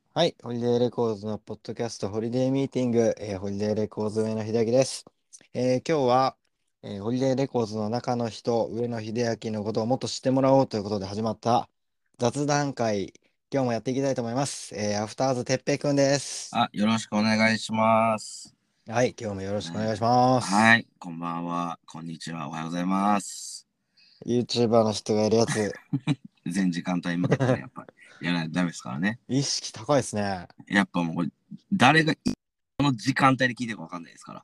はい、ホリデーレコーズのポッドキャスト、ホリデーミーティング、ホリデーレコーズ上野秀明です。今日は、ホリデーレコーズの中の人、上野秀明のことをもっと知ってもらおうということで始まった雑談会、今日もやっていきたいと思います。アフターズてっぺいくんです。 よろしくお願いします。 はい、今日もよろしくお願いします。 はい、こんばんは、こんにちは、おはようございます。 YouTuber の人がいるやつ、 全時間帯向けてね、やっぱりやらないとダメですからね。 意識高いですね。 やっぱもうこれ、誰がこの時間帯で聞いてるかわかんないですから。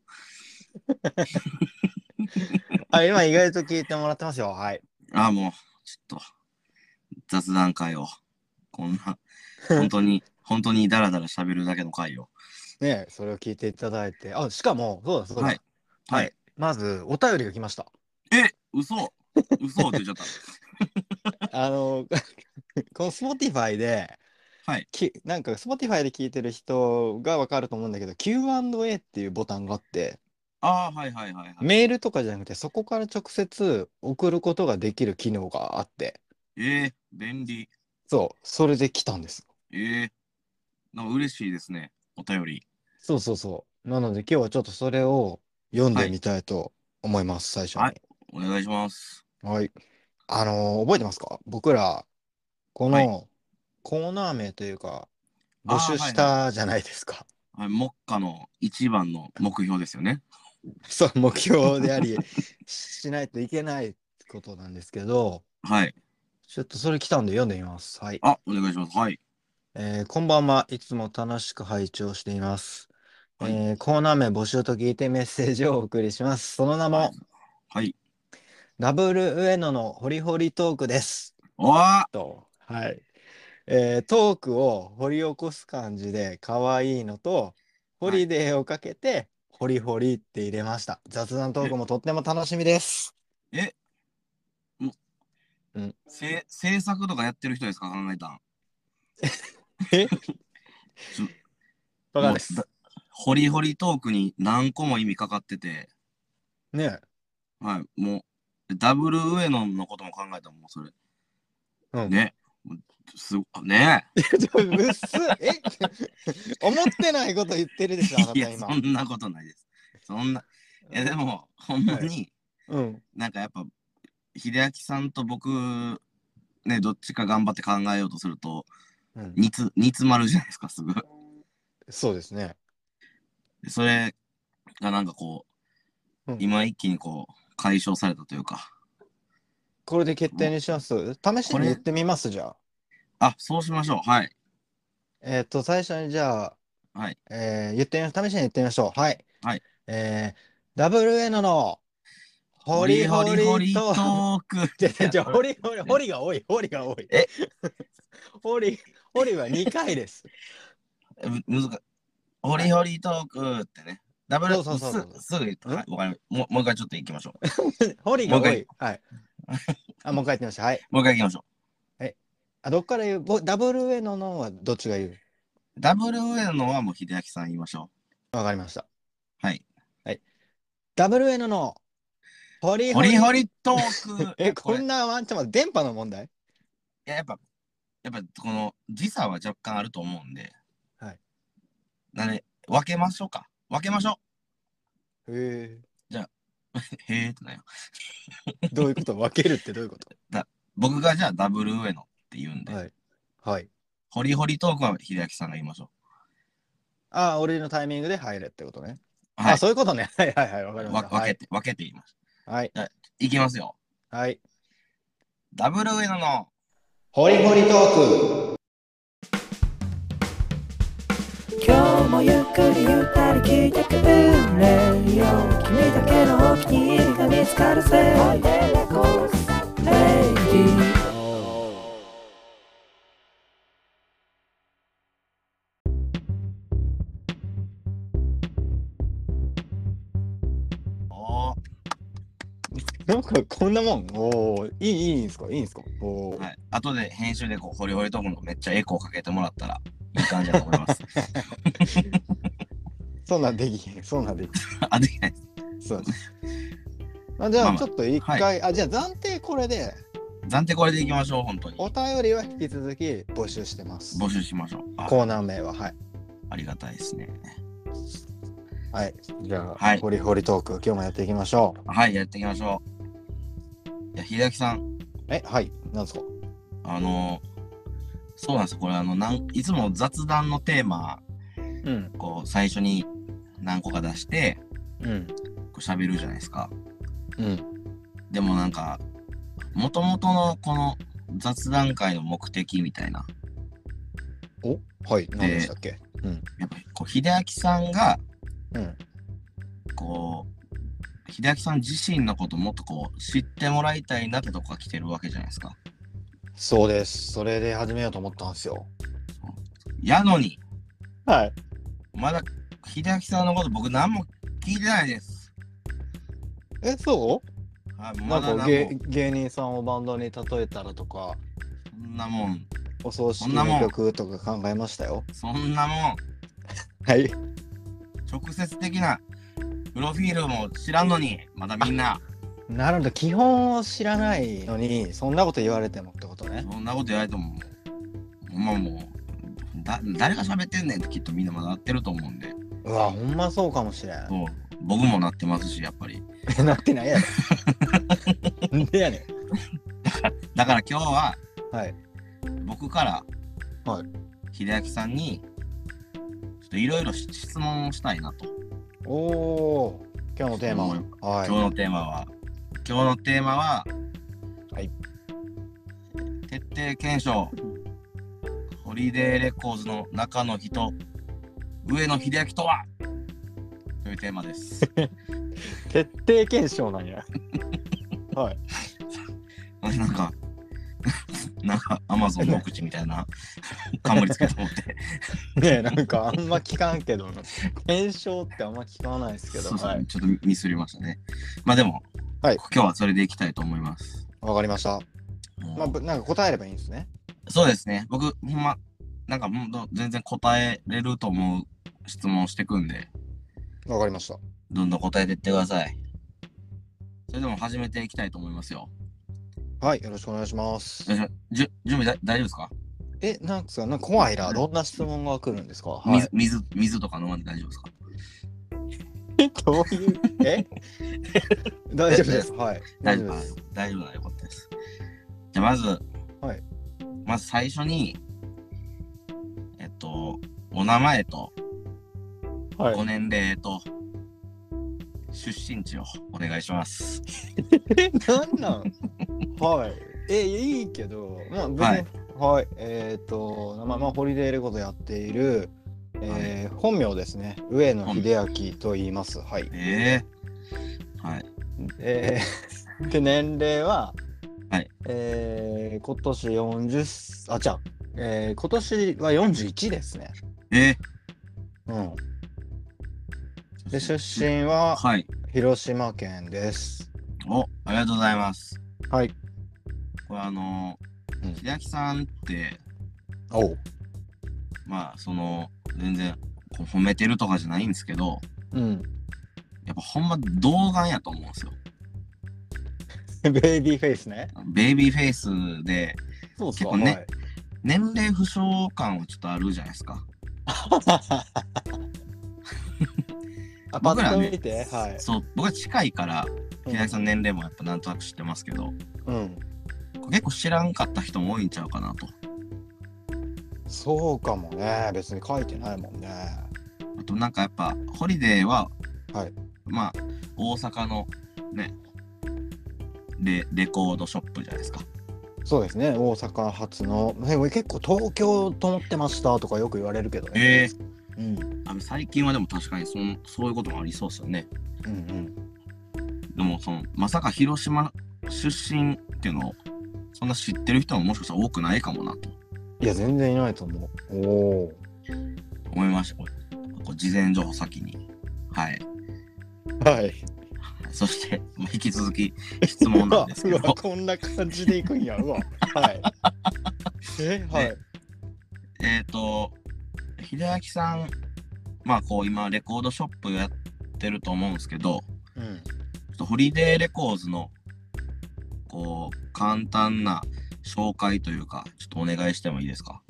あ、今意外と聞いてもらってますよ。はい。 もう、ちょっと、雑談会を、こんな、本当にダラダラ喋るだけの会を。 ね、それを聞いていただいて、あ、しかも、そうだそうはい、 だ。 はい。 はい。まず、お便りが来ました。 嘘って言っちゃった。 あの、この Spotify で、 はい。 なんか Spotify で聞いてる人がわかると思うんだけど、Q&A っていうボタンがあって、 はいはいはいはい。 メールとかじゃなくて、そこから直接送ることができる機能があって、 便利。 そう、それで来たんです。 なんか嬉しいですね。お便り。 そうそうそう。なので今日はちょっとそれを読んはい。 でみたいと思います、最初はい。 に。 お願いします。 はい。覚えてますか？僕ら、こはい。 のコーナー名というか、募集しはいはい。 たじゃないですか。 はい、目下の一番の目標ですよね。 そう、目標であり、しないといけないことなんですけど、 はい。 ちょっとそれ来たんで読んでみます。はい。 お願いします。はい。 こんばんは。いつも楽しく拝聴しています。 はい。 コーナー名募集と聞いてメッセージをお送りします。その名はい。 も、 はい。 ダブル上野のホリホリトークです。 おーと、はい。トークを掘り起こす感じで可愛いのと、ホはい。 リデーをかけて、ホリホリって入れました。雑談トーえ、 クもとっても楽しみです。 え、もうん。 制作とかやってる人ですか？考えたん。 えちょ、 わかんもうだ、 ないです。 ホリホリトークに何個も意味かかってて、 ねはい。もう、ダブル上野のことも考えたもん、それ。 え。うん。 ね。ねうっす。思ってないこと言ってるでしょ、あないや、 た今。 そんなことないです。そんな、でうんも、ほんまはい。 に、 うん。 なんかやっぱ、秀明さんと僕、ね、どっちか頑張って考えようとすると、 うん。 煮詰まるじゃないですか、すぐ。 そうですね。 でそれがなんかうん。 今一気に解消されたというか、 これで決定もう、 にします。試しこれ、 に言ってみますじゃあ。 そうしましょう。はい。 最初にじゃあ、 はい。 言ってみま、試しに言ってみましょう。はい。 はい。 ダブル N のホリホリホリホホリリトと、 ーク。いや、これ、 ホリホリ、ホリが多い、ホリが多い。 え、 ホリ、ホリは2回です。 むずか、ホはい。 リホリトークってね。ダブル、 そうそうそうそうすぐ言って、 そう。 はい、わかりました。もう一回ちょっと行きましょホリう。もう一回、 が多い。はい。あ、もう一回言ってみました。はい。 もう一回行きましょはい。どっから言うダブル N のはどっちが言う？ う。ダブル上野はもう秀明さん言いましょわかりました。 う。はい。 はい。ダブル N のホリホホリ。 リホリトーク。いや、これ、 こんなワンちゃんは電波の問題？ いや、やっぱこの時差は若干あると思うんで、 はい。 なんで、分けましょうか。分けましょへえ。 う。じゃあ、へーってなよ。 どういうこと？分けるってどういうこと？ だ僕がじゃあダブル上野って言うんで、 はい。はい。 ホリホリトークは秀明さんが言いましょああ、俺のタイミングで入れってことね。 う。はあ、 い。 そういうことね。はいはいはい、わかりました。はい。 分けて言います。 はい。 じゃあ、いきますよ。 はい。 ダブル上野の、 ホリホリトーク。 今日もゆっくりゆったり聞いてくれよ君だけのお気に入りが見つかるぜレイディおー、 なんかこんなもん。おお、いいんすか？いいんすか？おお。 はい。後で編集でホリホリトークのめっちゃエコーかけてもらったらいい感じだと思います。 そんなんできへん。そんなんできできないです。 へん。そう。じゃあまあまあ。 ちょっと一はい。 回、じゃあ暫定これで、 暫定これでいきましょう、本当に。 お便りは引き続き募集してます。 募集しましょう。 コーナー名は、はい。 ありがたいですね。 はい。じゃあ、 はいホリホリトーク、今日もやっていきましょはい、やっていきましょう。いや、秀明さん、 う。はい。なんですか？ そうなんですよ。これいつも雑談のテーマ、 うん。 こう、最初に何個か出して、 うん。 こう喋るじゃないですか。 うん。 でもなんか、もともとのこの雑談会の目的みたいな。 お、はい。何でしたっけ？うん。 やっぱり、こう、秀明さんが、 うん。 こう、秀明さん自身のこともっとこう、知ってもらいたいなってとこが来てるわけじゃないですか。 そうです。それで始めようと思ったんですよ。 やのに、 はい。 まだ、秀明さんのこと僕何も聞いてないです。 そはい、 う？ まだなんか芸人さんをバンドに例えたらとか、 そんなもん、 お葬式の曲とか考えましたよ。 そんなもん、 はい。 直接的なプロフィールも知らんのに、まだみんな、 なるほど。基本を知らないのに、そんなこと言われてもってことね。 そんなこと言われても、ほんまもう、誰が喋ってんねんってきっとみんなまだなってると思うんで、 うわ、ほんまそうかもしれん。 そう僕もなってますし、やっぱり。 なってないやろ。なんでやねだから今日は、 ん。はい。 僕から、 はい秀明さんに、ちょっといろいろ質問をしたいなと。 おお、今日のテーマは、はい。 今日のテーマは、 はい。 徹底検証。ホリデーレコーズの中の人、上野秀明とはというテーマです。 徹底検証なんや。はい。 なんかアマゾンの口みたいな冠つけて思ってねえ、なんかあんま聞かんけど、検証ってあんま聞かないですけど、 そうそう、 はい。 ちょっとミスりましたね。まあでも、 はい今日はそれでいきたいと思います。 わかりました。 もうまあ、なんか答えればいいんですね。 そうですね。僕、ほんま、なんか全然答えれると思う質問をしてくんで、 わかりました。 どんどん答えていってください。それでも始めていきたいと思いますよ。 はい、よろしくお願いします。 準備大丈夫ですか？ なんですか、なんか怖いな。どんな質問が来るんですか？はい。 水とか飲まんで大丈夫ですか？ どういう大丈夫です。はい。大丈夫です。 大丈夫だよかったです。じゃあまず、 はい。 まず最初に、お名前と、 はい。 ご年齢と、出身地をお願いします。 なんなんはい。いいけど、まあ別に、はい。まあ、ホリデーレコードやっている、本名ですね。上野秀明と言います。はい。 はい。 で、年齢は、 はい。 今年40、あ、じゃあ、今年は41ですね。うん。で、出身は、 はい。 広島県です。 ありがとうございます。 はい。 これ秀明さんって、まあ、全然褒めてるとかじゃないんですけど、やっぱほんま童顔やと思うんですよ。 ベイビーフェイスね。 ベイビーフェイスで、 そう結構ね、はい、年齢不詳感はちょっとあるじゃないですか。 僕らね、はい、 そう、僕は近いから、秀明さんの年齢もやっぱなんとなく知ってますけど、結構知らんかった人も多いんちゃうかなと。 そうかもね。別に書いてないもんね。 あとなんかやっぱホリデーは、 はい、 まあ大阪のねレコードショップじゃないですか。 そうですね。大阪発の、結構東京と思ってましたとかよく言われるけどね。 最近はでも確かにそういうこともありそうですよね。でもまさか広島出身っていうのをそんな知ってる人ももしかしたら多くないかもなと。 いや全然いないと思う。 思いました。事前情報先に。はい。そして引き続き質問なんですけど。 こんな感じでいくんや。はい。はい。 秀明さん、まあ今レコードショップやってると思うんですけど、ホリデーレコーズのこう、簡単な紹介というか、ちょっとお願いしてもいいですか？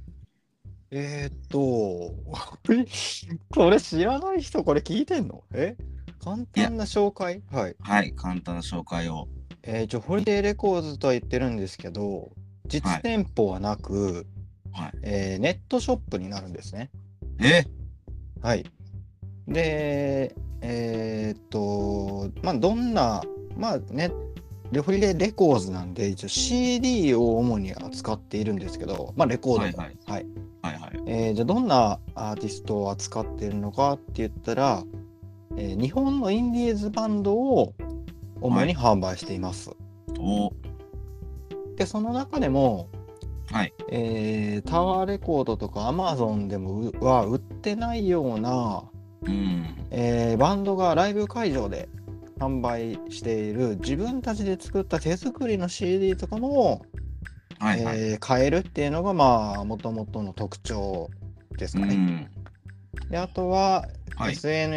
これ知らない人これ聞いてんの？簡いや、 単な紹介？はい。 はい、簡単な紹介を。 ホリデーレコーズとは言ってるんですけど、 は実い、 店舗はなく、 はい。 ネットショップになるんですね。 えはい。で、まあ、どんな、まあね、ホリデーレコーズなんで、一応 CD を主に扱っているんですけど、まあ、レコードも。 はいはいはい。 はいはい。 じゃあどんなアーティストを扱っているのかって言ったら、日本のインディーズバンドを主に販売しています。 お、 で、その中でも、 はい。 タワーレコードとかアマゾンでもは売ってないような、バンドがライブ会場で販売している自分たちで作った手作りの CD とかも、 はいはい。 買えるっていうのがまあ元々の特徴ですかね。で、あとは、 はい。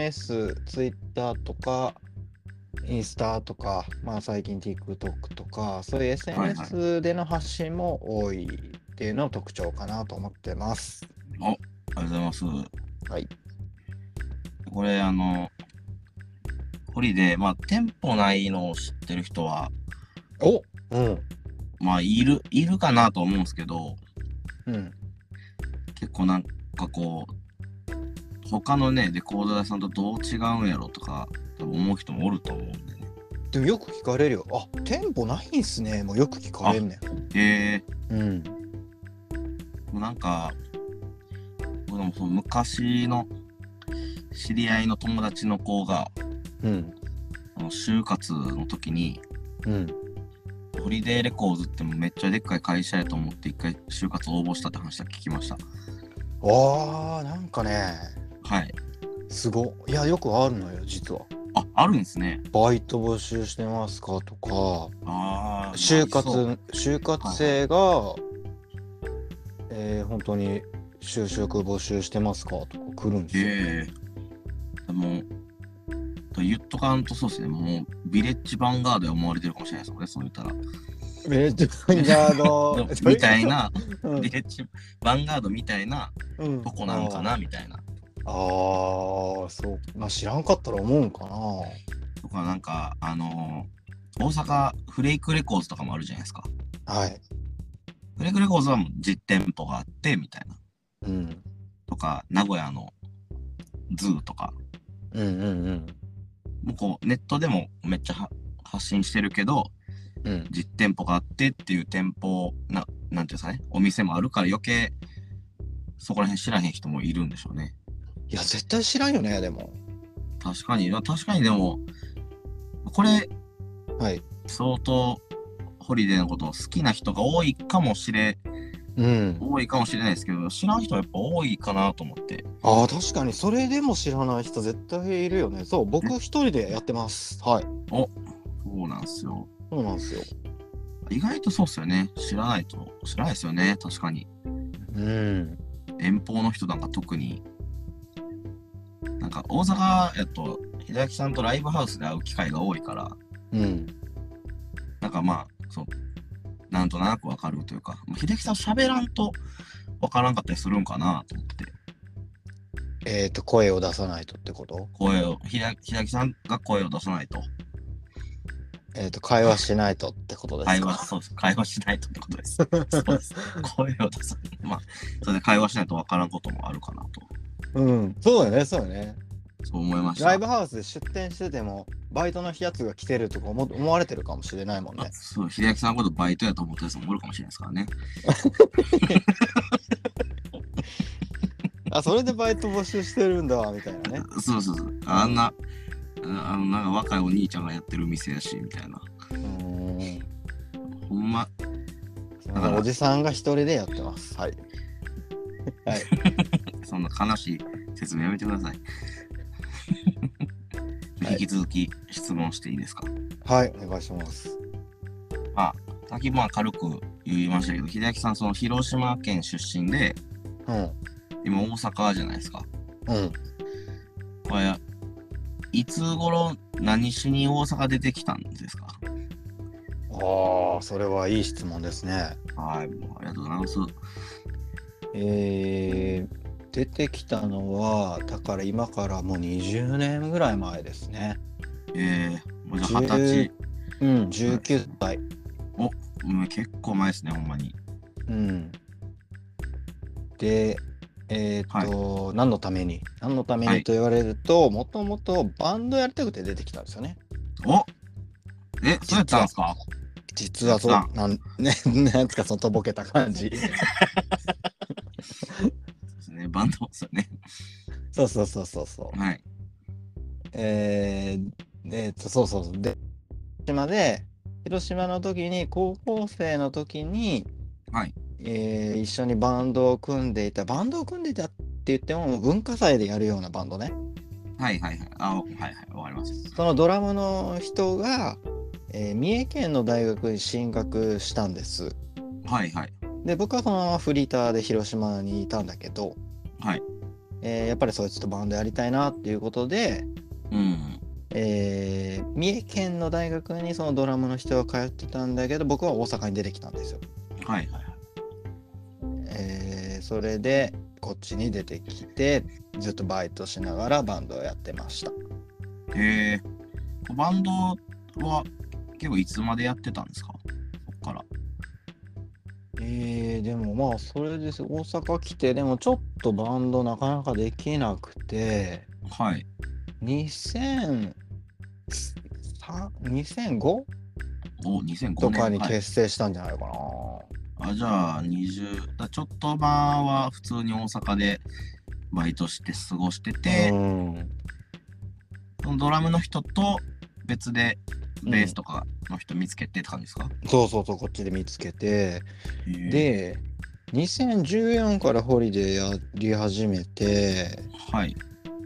SNS、Twitter とかインスタとか、まあ最近 TikTok とか、そういうはいはい。 SNS での発信も多いっていうのが特徴かなと思ってます。 お、ありがとうございます。 はい。 これ、ホリデー、まあ、店舗ないのを知ってる人は、 うん。 まあ、いるかなと思うんですけど、 うん。 結構なんかこう、他のね、レコード屋さんとどう違うんやろとか、多分思う人もおると思うんでね。 でもよく聞かれるよ。あ、店舗ないんすね。もうよく聞かれんねん。うん。 なんか、僕でもその昔の知り合いの友達の子が、 うん。 就活の時に、 うん。 ホリデーレコーズってもうめっちゃでっかい会社やと思って一回就活応募したって話は聞きました。 なんかね、 はい。 すごい。いや、よくあるのよ、実は。 あ、あるんですね。 バイト募集してますかとか、 ああ、 就そう。 活生が、本当に就職募集してますかとか来るんですよ。 でも、言っとかんとそうですね。もう、ビレッジヴァンガードで思われてるかもしれないですもんね、そう言ったら。 ビレッジヴァンガードみたいな、 うん、 ビレッジヴァンガードみたいなうん、 とこなんかな、みたいな。 そう。まあ知らんかったら思うんかな。 とか、なんか、大阪フレイクレコーズとかもあるじゃないですか。 はい。 フレイクレコーズはもう実店舗があって、みたいな。 うん。 とか、名古屋のズーとか。 うんうんうん。 もうこう、ネットでもめっちゃ発信してるけど、 うん、 実店舗があってっていう店舗なんていうんですかね、お店もあるから余計そこら辺知らへん人もいるんでしょうね。 いや、絶対知らんよね、でも。 確かにでも、これ、 はい。 相当ホリデーのことを好きな人が多いかもしれないですけど、知らん人はやっぱ多いかなと思って。 確かに、それでも知らない人絶対いるよね。そう、僕一人でやってます。はい。 そうなんですよ。 そうなんですよ。 意外とそうっすよね。知らないですよね。確かに。 うん。 遠方の人なんか特に。なんか大阪やと、秀明さんとライブハウスで会う機会が多いから、 うん。 なんかまあ、なんとなくわかるというか、秀明さん喋らんとわからんかったりするんかなと思って。 声を出さないとってこと？ 秀明さんが声を出さないと。 会話しないとってことですか？ そうです。会話しないとってことです。そうです。声を出さない。まあ、それで会話しないとわからんこともあるかなと。 うん。そうだよね、そうよね。 そう思いました。 ライブハウスで出店してても、バイトのやつが来てるとか思われてるかもしれないもんね。 そう、秀明さんのことバイトやと思ったやつもおるかもしれないですからね。 それでバイト募集してるんだ、みたいなね。 そう。なんか若いお兄ちゃんがやってる店やし、みたいな。ほんま。 だからおじさんが一人でやってます。はい。はい。 そんな悲しい説明やめてください。引き続き質問していいですか？ はい、お願いします。 さっき軽く言いましたけど、秀明さん、広島県出身で、今大阪じゃないですか。これ、いつ頃何しに大阪出てきたんですか？ ああ、それはいい質問ですね。 はい、もうありがとうございます。 出てきたのは、だから今からもう20年ぐらい前ですね。 もうじゃあ20歳。 うん、19歳。 お、結構前ですね、ほんまに。 うん。で、何のためにと言われると、もともとバンドやりたくて出てきたんですよね。 お、そうやったんですか？ 実はそう、なんですか、そのとぼけた感じ。 そうですね、バンドですよね。 そう。 はい。 そう。で、広島の時に、高校生の時に、 はい。 一緒にバンドを組んでいたって言っても、文化祭でやるようなバンドね。 はい。はい、わかります。 そのドラムの人が、三重県の大学に進学したんです。 はい。 で、僕はそのままフリーターで広島にいたんだけど、 はい。 やっぱりそいつとバンドやりたいなっていうことで、三重県の大学にそのドラムの人が通ってたんだけど、僕は大阪に出てきたんですよ。 はい。 それでこっちに出てきて、ずっとバイトしながらバンドをやってました。 バンドは結構いつまでやってたんですか？そっから。 でもまあそれです。大阪来て、でもちょっとバンドなかなかできなくて、 はい。 2005? 2005 とか年。 に結成したんじゃないかな。 じゃあちょっと前は普通に大阪でバイトして過ごしてて、そのドラムの人と別でベースとかの人見つけてって感じですか？ そう、こっちで見つけて、で、2014からホリデーやり始めて、 はい。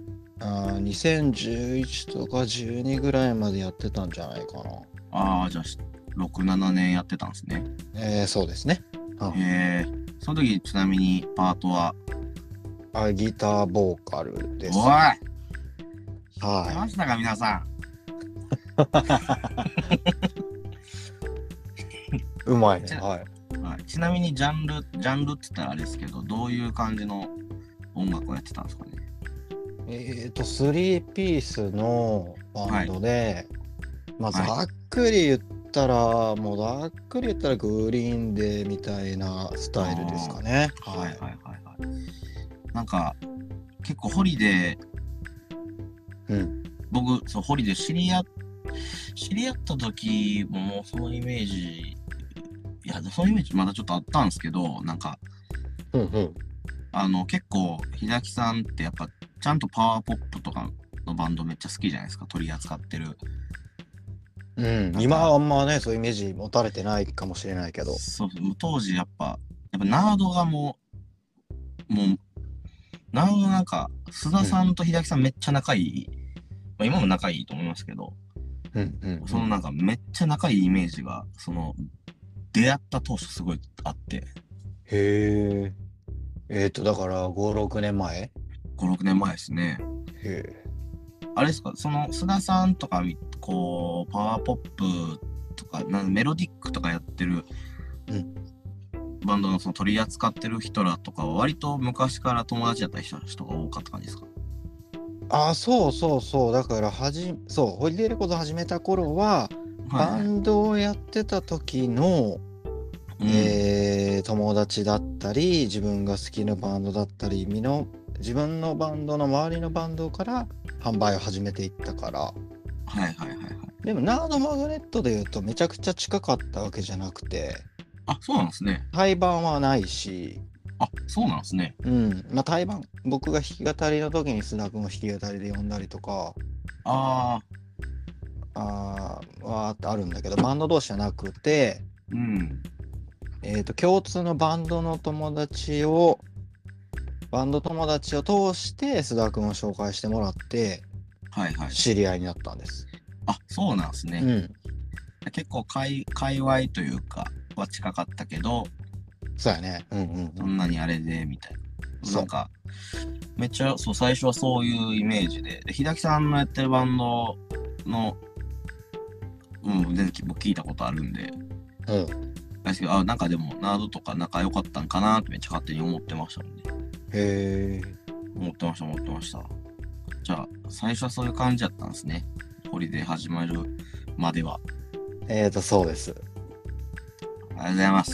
2011とか12ぐらいまでやってたんじゃないかな。 じゃあ6、7年やってたんですね。 そうですね。 その時ちなみにパートはギターボーカルです。 おい、 はい。 知ってましたか皆さん。 うまいね。はい。 ちなみにジャンルって言ったらあれですけど、どういう感じの音楽をやってたんですかね ？3ピースのバンドで、ざっくり言ったらグリーンデーみたいなスタイルですかね。 はい。なんか結構ホリデー、僕ホリデー知り合った時もそのイメージまだちょっとあったんですけど、なんか結構秀樹さんってやっぱちゃんとパワーポップとかのバンドめっちゃ好きじゃないですか、取り扱ってる。 今はあんまね、そういうイメージ持たれてないかもしれないけど。 そう、当時やっぱナードがもうなんか須田さんと秀樹さんめっちゃ仲いい、今も仲いいと思いますけど、そのなんかめっちゃ仲いいイメージがその出会った当初すごいあって。 へえ。だから5、6年前 5、6年前ですね。あれですか、その須田さんとかこうパワーポップとかメロディックとかやってる、バンドのその取り扱ってる人らとかは割と昔から友達だった人が多かった感じですか？ そう。だからホリデーレコード始めた頃は、バンドをやってた時の、友達だったり、自分が好きなバンドだったり、自分のバンドの周りのバンドから販売を始めていったから。でもナードマグネットで言うとめちゃくちゃ近かったわけじゃなくて。 そうなんですね。 対バンはないし。 そうなんですね。 対バン、僕が弾き語りの時に須田君を弾き語りで呼んだりとかはあるんだけど、バンド同士じゃなくて、共通のバンド友達を通して須田君を紹介してもらって、知り合いになったんです。 そうなんですね。結構界隈というかは近かったけど、 そうやね。 そんなにあれでみたいな。なんかめっちゃ最初はそういうイメージで、秀樹さんのやってるバンドの全然僕聞いたことあるんで。 うん。 ですけど、なんかでも、ナードとか仲良かったんかなってめっちゃ勝手に思ってましたもんね。 へえ。 思ってました。じゃあ、最初はそういう感じだったんですね。ホリデー始まるまでは。 そうです。 ありがとうございます。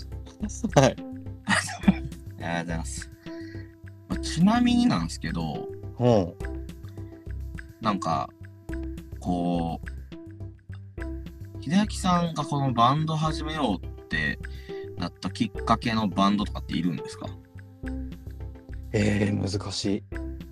はい。 ありがとうございます。ちなみになんですけど、 うん。 なんか、こう、秀明さんがこのバンド始めようってなったきっかけのバンドとかっているんですか？ 難しい。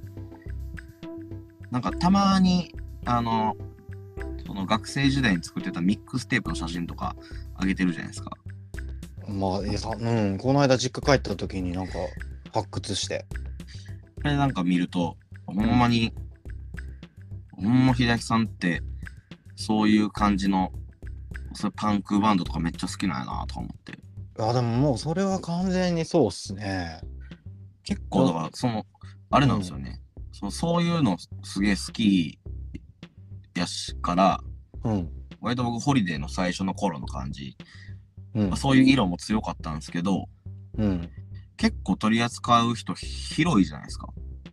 なんかたまに、その学生時代に作ってたミックステープの写真とか上げてるじゃないですか。 まあ、この間実家帰った時になんか発掘して。 これなんか見ると、ほんま秀明さんって、そういう感じの、そういうパンクバンドとかめっちゃ好きなんやなとか思って。 でももうそれは完全にそうっすね。 結構だから、あれなんですよね。そういうのすげえ好きやしから、割と僕ホリデーの最初の頃の感じ、そういう色も強かったんですけど、結構取り扱う人広いじゃないですか。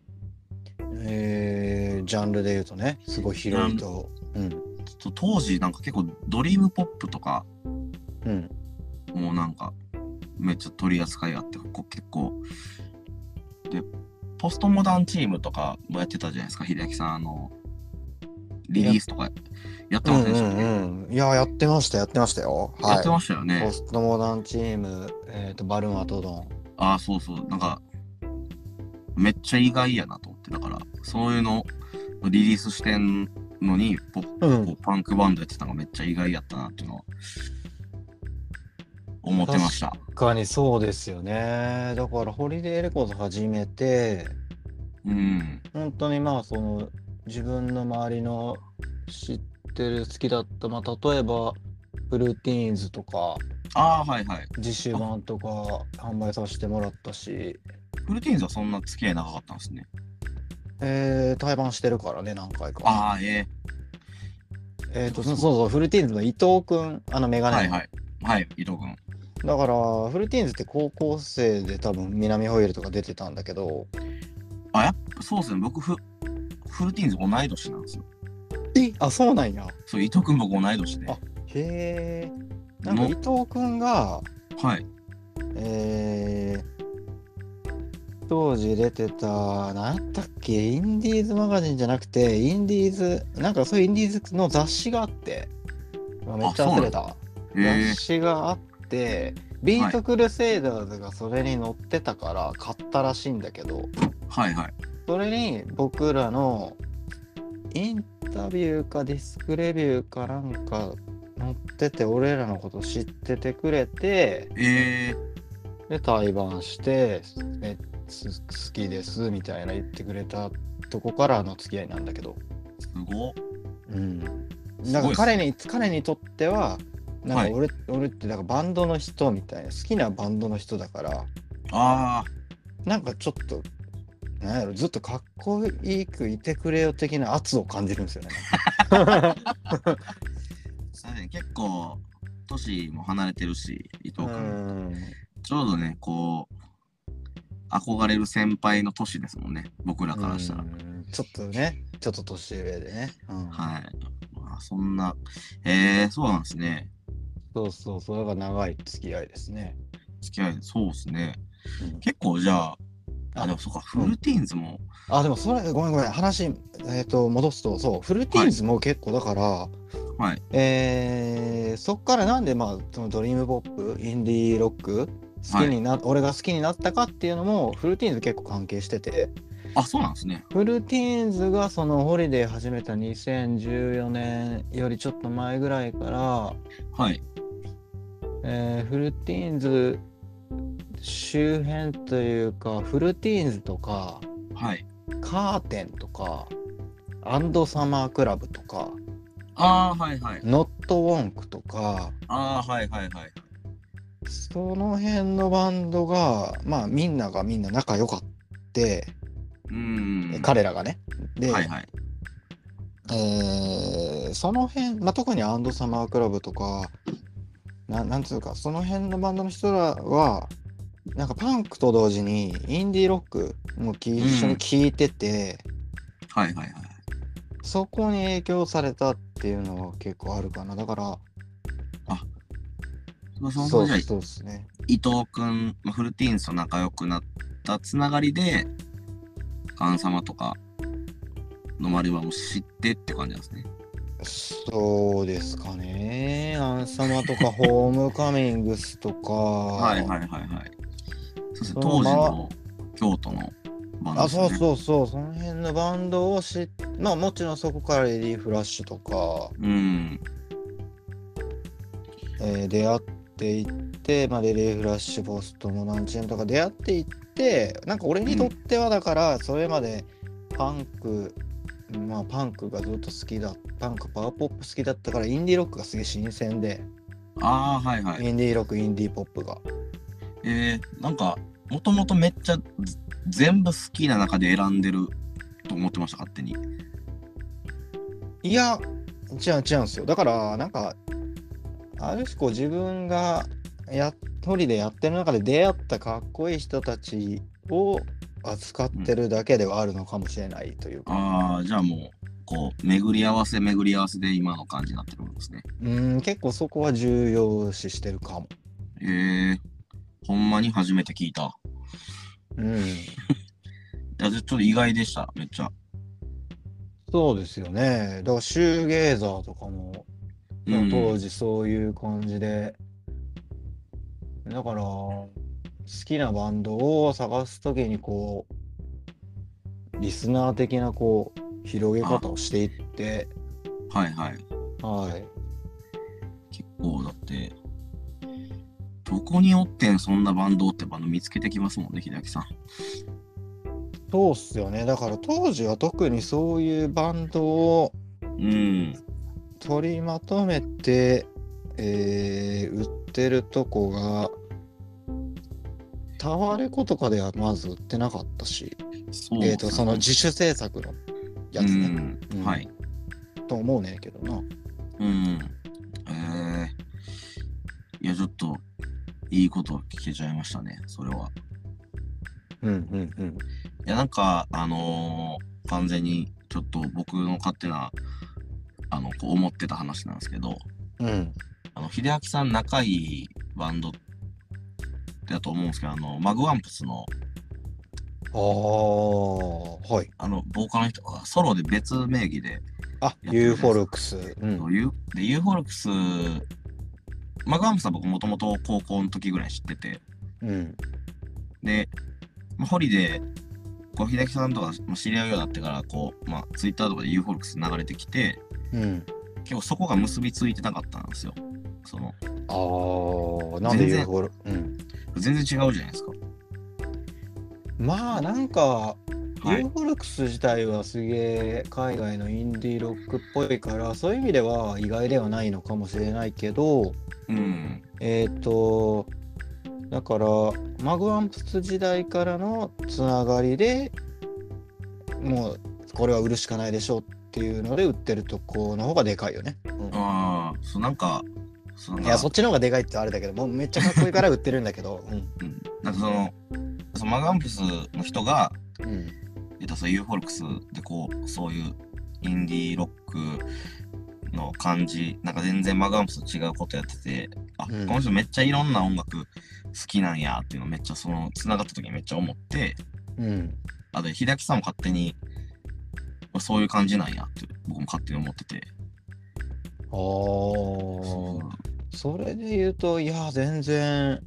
ジャンルで言うとね、すごい広いと。 当時なんか結構ドリームポップとか、もうなんかめっちゃ取り扱いあって、結構でポストモダンチームとかもやってたじゃないですか、秀明さんリリースとかやってませんでしたっけ？ いや、やってましたよ。 やってましたよね。 ポストモダンチーム、バルーンアトドン。 そうそう、なんかめっちゃ意外やなと思って、だからそういうのリリースしてんのにパンクバンドやってたのがめっちゃ意外やったなっていうのは思ってました。 確かにそうですよね。だからホリデーレコード始めて、本当に自分の周りの知ってる好きだった、例えばフルーティーンズとか、実習版とか販売させてもらったし。 フルーティーンズはそんな付き合い長かったんですね。 対バンしてるからね、何回か。そう、フルーティーンズの伊藤くん、メガネの。 伊藤くん。 だからフルティーンズって高校生で多分南ホイールとか出てたんだけど、 やっぱそうですね。僕フルティーンズ同い年なんですよ。 そうなんや。 そう、伊藤くん僕同い年で。 へえ。なんか伊藤くんが当時出てた何だっけ、インディーズマガジンじゃなくてなんかそういうインディーズの雑誌があって、めっちゃ忘れた。雑誌があってビートクルセイダーズがそれに載ってたから買ったらしいんだけど、それに僕らのインタビューかディスクレビューかなんか載ってて、俺らのこと知っててくれて、で対バンして好きですみたいな言ってくれたとこからの付き合いなんだけど、 すごっ。 なんか彼にとってはなんか俺ってなんかバンドの人みたいな、好きなバンドの人だから、なんかちょっとなんやろ、ずっとかっこいいくいてくれよ的な圧を感じるんですよね。 結構年も離れてるし、伊藤君ちょうどね、こう憧れる先輩の年ですもんね、僕らからしたら。 ちょっと年上でね。 そんなそうなんですね。 それが長い付き合いですね。 そうですね。結構じゃあ、でもそうか、フルティーンズも。 でもそれ、ごめん、話、戻すと、そう、フルティーンズも結構だから、そっからなんで、そのドリームポップ、インディーロック、俺が好きになったかっていうのも、フルティーンズ結構関係してて。 そうなんですね。 フルティーンズがそのホリデー始めた2014年よりちょっと前ぐらいから、フルティーンズ周辺というか、フルティーンズとか、カーテンとか、アンドサマークラブとか、ノットウォンクとか、その辺のバンドが、みんな仲良かって、彼らがね。で、 その辺、まあ、特にアンドサマークラブとか、なんつうか、その辺のバンドの人らは、なんかパンクと同時にインディーロックも一緒に聴いてて、 はいはいはい。 そこに影響されたっていうのは結構あるかな。だから、 そうじゃあそうですね。 伊藤くん、フルティーンズと仲良くなったつながりで、ガン様とかのマリバも知ってって感じなんですね。 そうですかね。アンサマとかホームカミングスとか。 はいはいはいはい。そして当時の京都のバンドですね。 そう、その辺のバンドをまあもちろんそこからレディーフラッシュとか、出会っていって、まあ、レディーフラッシュポストもなんちゃんとか出会っていって、なんか俺にとってはだから、それまでパンクがずっと好きだ、パンクパワーポップ好きだったから、インディーロックがすげえ新鮮で、 はいはい。 インディーロック、インディーポップが。 なんかもともとめっちゃ全部好きな中で選んでると思ってました、勝手に。 いや、違うんですよ。だからなんかある種こう自分が一人でやってる中で出会ったかっこいい人たちを扱ってるだけではあるのかもしれないというか。 じゃあもうこう巡り合わせで今の感じになってるんですね。 結構そこは重要視してるかも。 ほんまに初めて聞いた。いや、ちょっと意外でした、めっちゃ。 そうですよね。だからシューゲーザーとかも、当時そういう感じで、だから好きなバンドを探すときにこうリスナー的なこう広げ方をしていって、 はいはいはい。 結構だってどこにおってんそんなバンドってバンド見つけてきますもんね、秀明さん。 そうっすよね。だから当時は特にそういうバンドを取りまとめて、売ってるとこがタワレコとかではまず売ってなかったし、その自主制作のやつね。 はい。 と思うねんけどな。 いや、ちょっといいこと聞けちゃいましたね、それは。いや、なんか完全にちょっと僕の勝手なこう思ってた話なんですけど、秀明さん仲いいバンドだと思うんですけど、マグワンプスのはい。 ボーカルの人がソロで別名義でユーフォルクス。 ユーフォルクス、マグワンプスは僕もともと高校の時ぐらい知ってて、で、ホリデー、こう秀明さんとか知り合うようになってからこう、ツイッターとかでユーフォルクス流れてきて、結構そこが結びついてなかったんですよ。 なんでユーフォル全然違うじゃないですか。 まあなんか、ユーフォルクス自体はすげえ海外のインディーロックっぽいから、そういう意味では意外ではないのかもしれないけど、だからマグワンプス時代からのつながりでもうこれは売るしかないでしょうっていうので売ってるとこの方がでかいよね。 なんかいや、そっちの方がでかいってあれだけど、もうめっちゃかっこいいから売ってるんだけど、 なんかそのマグワンプスの人が、ユーフォルクスでこうそういうインディーロックの感じ、なんか全然マグワンプスと違うことやってて、この人めっちゃいろんな音楽好きなんやっていうのめっちゃ繋がった時にめっちゃ思って、で秀明さんも勝手にそういう感じなんやって僕も勝手に思ってて。 それで言うと、いや、全然。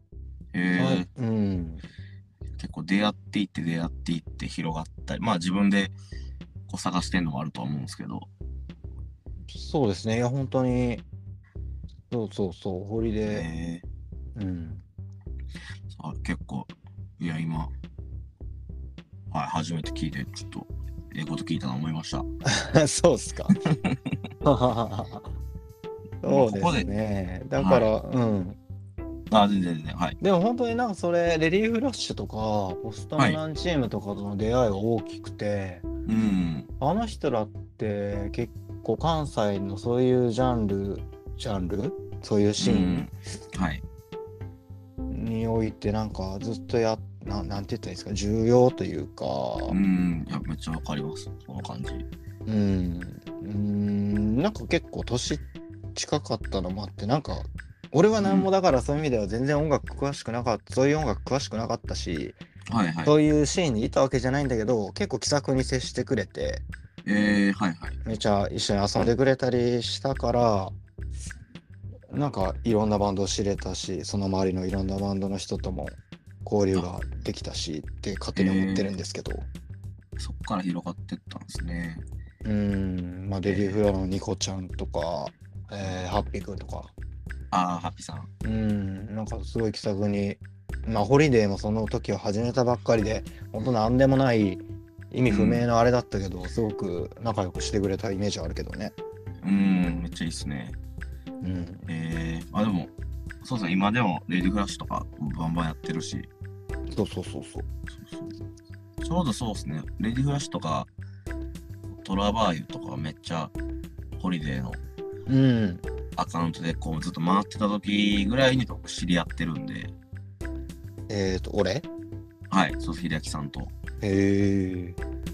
結構出会っていって広がったり、自分でこう探してんのもあるとは思うんですけど。 そうですね。いや、本当に。そう、ホリデー。 結構、いや、今、初めて聞いて、ちょっと、こと聞いたと思いました。 そうっすか。そうですね。だから、 あ、全然全然、はい。 でも本当になんかそれ、レディーフラッシュとか、ポストモダンチームとかとの出会いが大きくて、 うん。 あの人らって結構関西のそういうジャンルそういうシーンはい。 においてなんかずっとなんて言ったらいいですか、重要というか、 いや、めっちゃわかります。その感じ。 なんか結構年近かったのもあって、なんか俺は何もだからそういう意味では全然そういう音楽詳しくなかったし、 はいはい。 そういうシーンにいたわけじゃないんだけど、結構気さくに接してくれて、 はいはい。 めちゃ一緒に遊んでくれたりしたから、なんかいろんなバンドを知れたし、その周りのいろんなバンドの人とも交流ができたしって勝手に思ってるんですけど、 そっから広がってったんですね。 まあレディーフラのニコちゃんとか、ハッピーくんとか、 ああ、ハッピーさん。 なんかすごい気さくに、まあホリデーもその時は始めたばっかりで、本当なんでもない意味不明のあれだったけど、すごく仲良くしてくれたイメージあるけどね。 めっちゃいいっすね。でも、そうですね、今でもレディフラッシュとかバンバンやってるし。 そう。 ちょうどそうですね、レディフラッシュとか、トラバーユとかめっちゃホリデーのアカウントでこうずっと回ってた時ぐらいに僕知り合ってるんで。 俺はい、そう、秀明さんと。 へえ。